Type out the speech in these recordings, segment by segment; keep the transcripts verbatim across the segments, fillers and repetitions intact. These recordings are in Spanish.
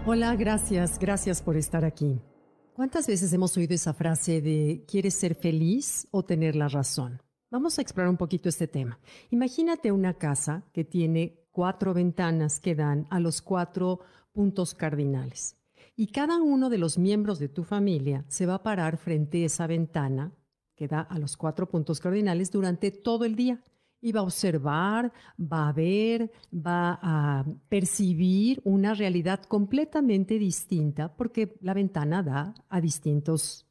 Hola, gracias, gracias por estar aquí. ¿Cuántas veces hemos oído esa frase de ¿quieres ser feliz o tener la razón? Vamos a explorar un poquito este tema. Imagínate una casa que tiene cuatro ventanas que dan a los cuatro puntos cardinales. Y cada uno de los miembros de tu familia se va a parar frente a esa ventana que da a los cuatro puntos cardinales durante todo el día. Y va a observar, va a ver, va a percibir una realidad completamente distinta porque la ventana da a distintos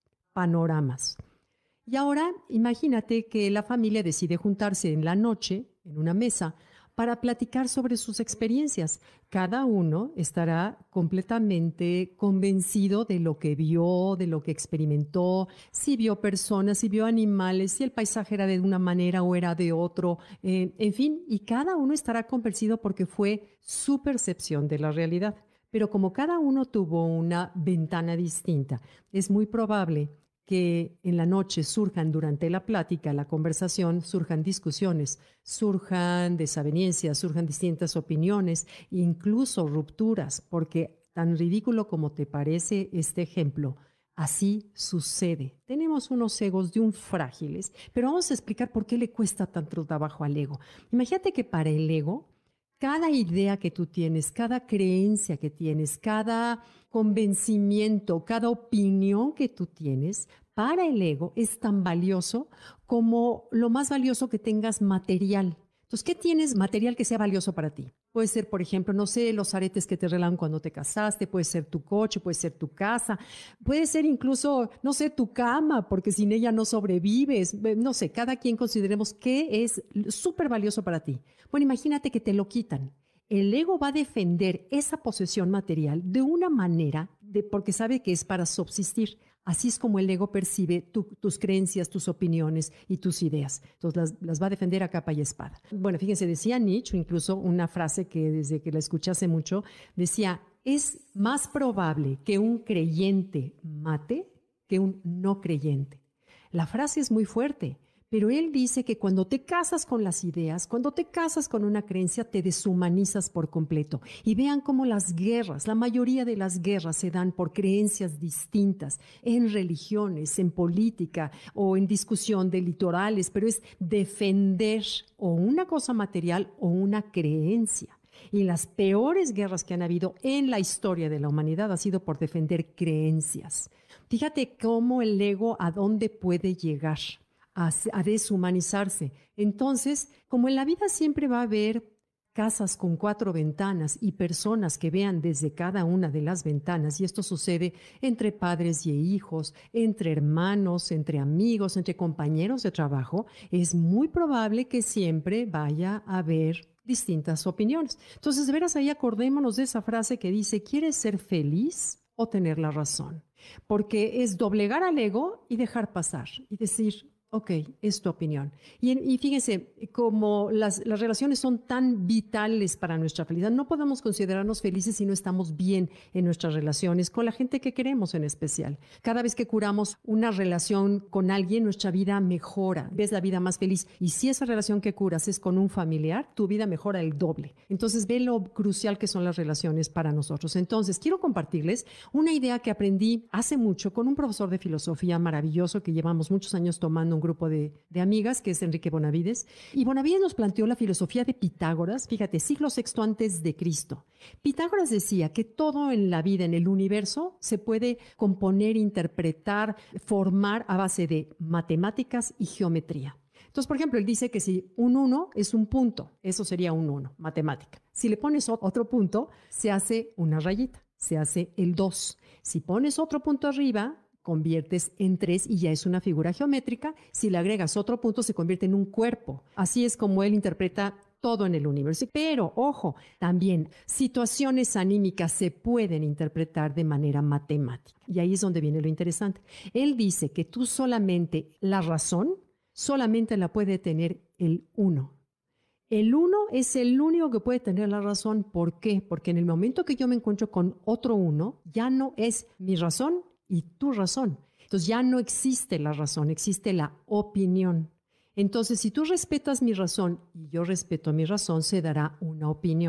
panoramas. Y ahora imagínate que la familia decide juntarse en la noche en una mesa para platicar sobre sus experiencias. Cada uno estará completamente convencido de lo que vio, de lo que experimentó, si vio personas, si vio animales, si el paisaje era de una manera o era de otro, eh, en fin, y cada uno estará convencido porque fue su percepción de la realidad. Pero como cada uno tuvo una ventana distinta, es muy probable que en la noche surjan durante la plática, la conversación, surjan discusiones, surjan desavenencias, surjan distintas opiniones, incluso rupturas, porque tan ridículo como te parece este ejemplo, así sucede. Tenemos unos egos de un frágiles, pero vamos a explicar por qué le cuesta tanto trabajo al ego. Imagínate que para el ego, cada idea que tú tienes, cada creencia que tienes, cada convencimiento, cada opinión que tú tienes, para el ego es tan valioso como lo más valioso que tengas material. Entonces, ¿qué tienes material que sea valioso para ti? Puede ser, por ejemplo, no sé, los aretes que te regalan cuando te casaste, puede ser tu coche, puede ser tu casa, puede ser incluso, no sé, tu cama, porque sin ella no sobrevives. No sé, cada quien consideremos qué es súper valioso para ti. Bueno, imagínate que te lo quitan. El ego va a defender esa posesión material de una manera, de, porque sabe que es para subsistir. Así es como el ego percibe tu, tus creencias, tus opiniones y tus ideas. Entonces las, las va a defender a capa y espada. Bueno, fíjense, decía Nietzsche, incluso una frase que desde que la escuché hace mucho, decía, es más probable que un creyente mate que un no creyente. La frase es muy fuerte. Pero él dice que cuando te casas con las ideas, cuando te casas con una creencia, te deshumanizas por completo. Y vean cómo las guerras, la mayoría de las guerras se dan por creencias distintas en religiones, en política o en discusión de litorales, pero es defender o una cosa material o una creencia. Y las peores guerras que han habido en la historia de la humanidad ha sido por defender creencias. Fíjate cómo el ego a dónde puede llegar. A, a deshumanizarse. Entonces, como en la vida siempre va a haber casas con cuatro ventanas y personas que vean desde cada una de las ventanas, y esto sucede entre padres y hijos, entre hermanos, entre amigos, entre compañeros de trabajo, es muy probable que siempre vaya a haber distintas opiniones. Entonces, de veras ahí acordémonos de esa frase que dice, ¿quieres ser feliz o tener la razón? Porque es doblegar al ego y dejar pasar y decir, ok, es tu opinión. Y, y fíjense, como las, las relaciones son tan vitales para nuestra felicidad, no podemos considerarnos felices si no estamos bien en nuestras relaciones, con la gente que queremos en especial. Cada vez que curamos una relación con alguien, nuestra vida mejora, ves la vida más feliz. Y si esa relación que curas es con un familiar, tu vida mejora el doble. Entonces, ve lo crucial que son las relaciones para nosotros. Entonces, quiero compartirles una idea que aprendí hace mucho con un profesor de filosofía maravilloso que llevamos muchos años tomando un grupo de, de amigas, que es Enrique Bonavides. Y Bonavides nos planteó la filosofía de Pitágoras, fíjate, siglo sexto antes de Cristo. Pitágoras decía que todo en la vida, en el universo, se puede componer, interpretar, formar a base de matemáticas y geometría. Entonces, por ejemplo, él dice que si un uno es un punto, eso sería un uno, matemática. Si le pones otro punto, se hace una rayita, se hace el dos. Si pones otro punto arriba, conviertes en tres y ya es una figura geométrica. Si le agregas otro punto, se convierte en un cuerpo. Así es como él interpreta todo en el universo. Pero, ojo, también situaciones anímicas se pueden interpretar de manera matemática. Y ahí es donde viene lo interesante. Él dice que tú solamente, la razón, solamente la puede tener el uno. El uno es el único que puede tener la razón. ¿Por qué? Porque en el momento que yo me encuentro con otro uno, ya no es mi razón y tu razón. Entonces ya no existe la razón, existe la opinión. Entonces, si tú respetas mi razón y yo respeto mi razón, se dará una opinión.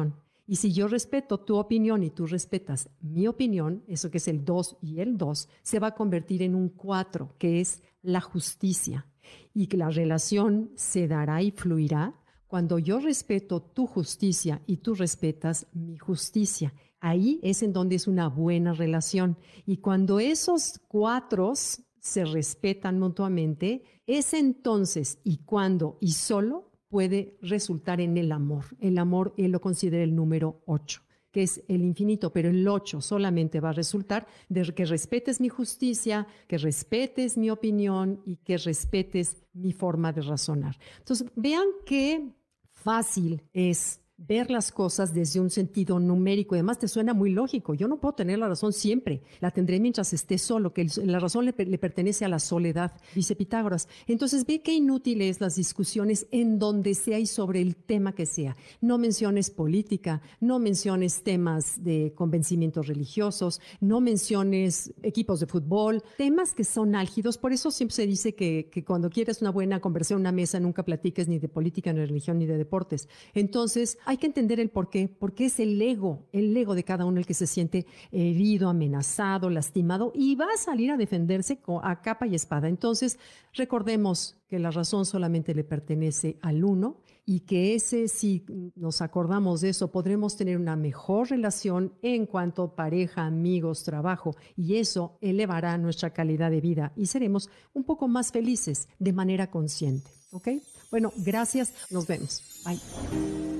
Y si yo respeto tu opinión y tú respetas mi opinión, eso que es el dos y el dos, se va a convertir en un cuatro, que es la justicia. Y que la relación se dará y fluirá cuando yo respeto tu justicia y tú respetas mi justicia. Ahí es en donde es una buena relación. Y cuando esos cuatros se respetan mutuamente, es entonces y cuando y solo puede resultar en el amor. El amor él lo considera el número ocho, que es el infinito, pero el ocho solamente va a resultar de que respetes mi justicia, que respetes mi opinión y que respetes mi forma de razonar. Entonces, vean qué fácil es ver las cosas desde un sentido numérico. Además, te suena muy lógico. Yo no puedo tener la razón siempre. La tendré mientras esté solo, que la razón le, le pertenece a la soledad, dice Pitágoras. Entonces, ve qué inútil es las discusiones en donde sea y sobre el tema que sea. No menciones política, no menciones temas de convencimientos religiosos, no menciones equipos de fútbol, temas que son álgidos. Por eso siempre se dice que, que cuando quieres una buena conversación, una mesa, nunca platiques ni de política, ni de religión, ni de deportes. Entonces, hay que entender el por qué, porque es el ego, el ego de cada uno el que se siente herido, amenazado, lastimado y va a salir a defenderse a capa y espada. Entonces, recordemos que la razón solamente le pertenece al uno y que ese, si nos acordamos de eso, podremos tener una mejor relación en cuanto a pareja, amigos, trabajo, y eso elevará nuestra calidad de vida y seremos un poco más felices de manera consciente. ¿Ok? Bueno, gracias. Nos vemos. Bye.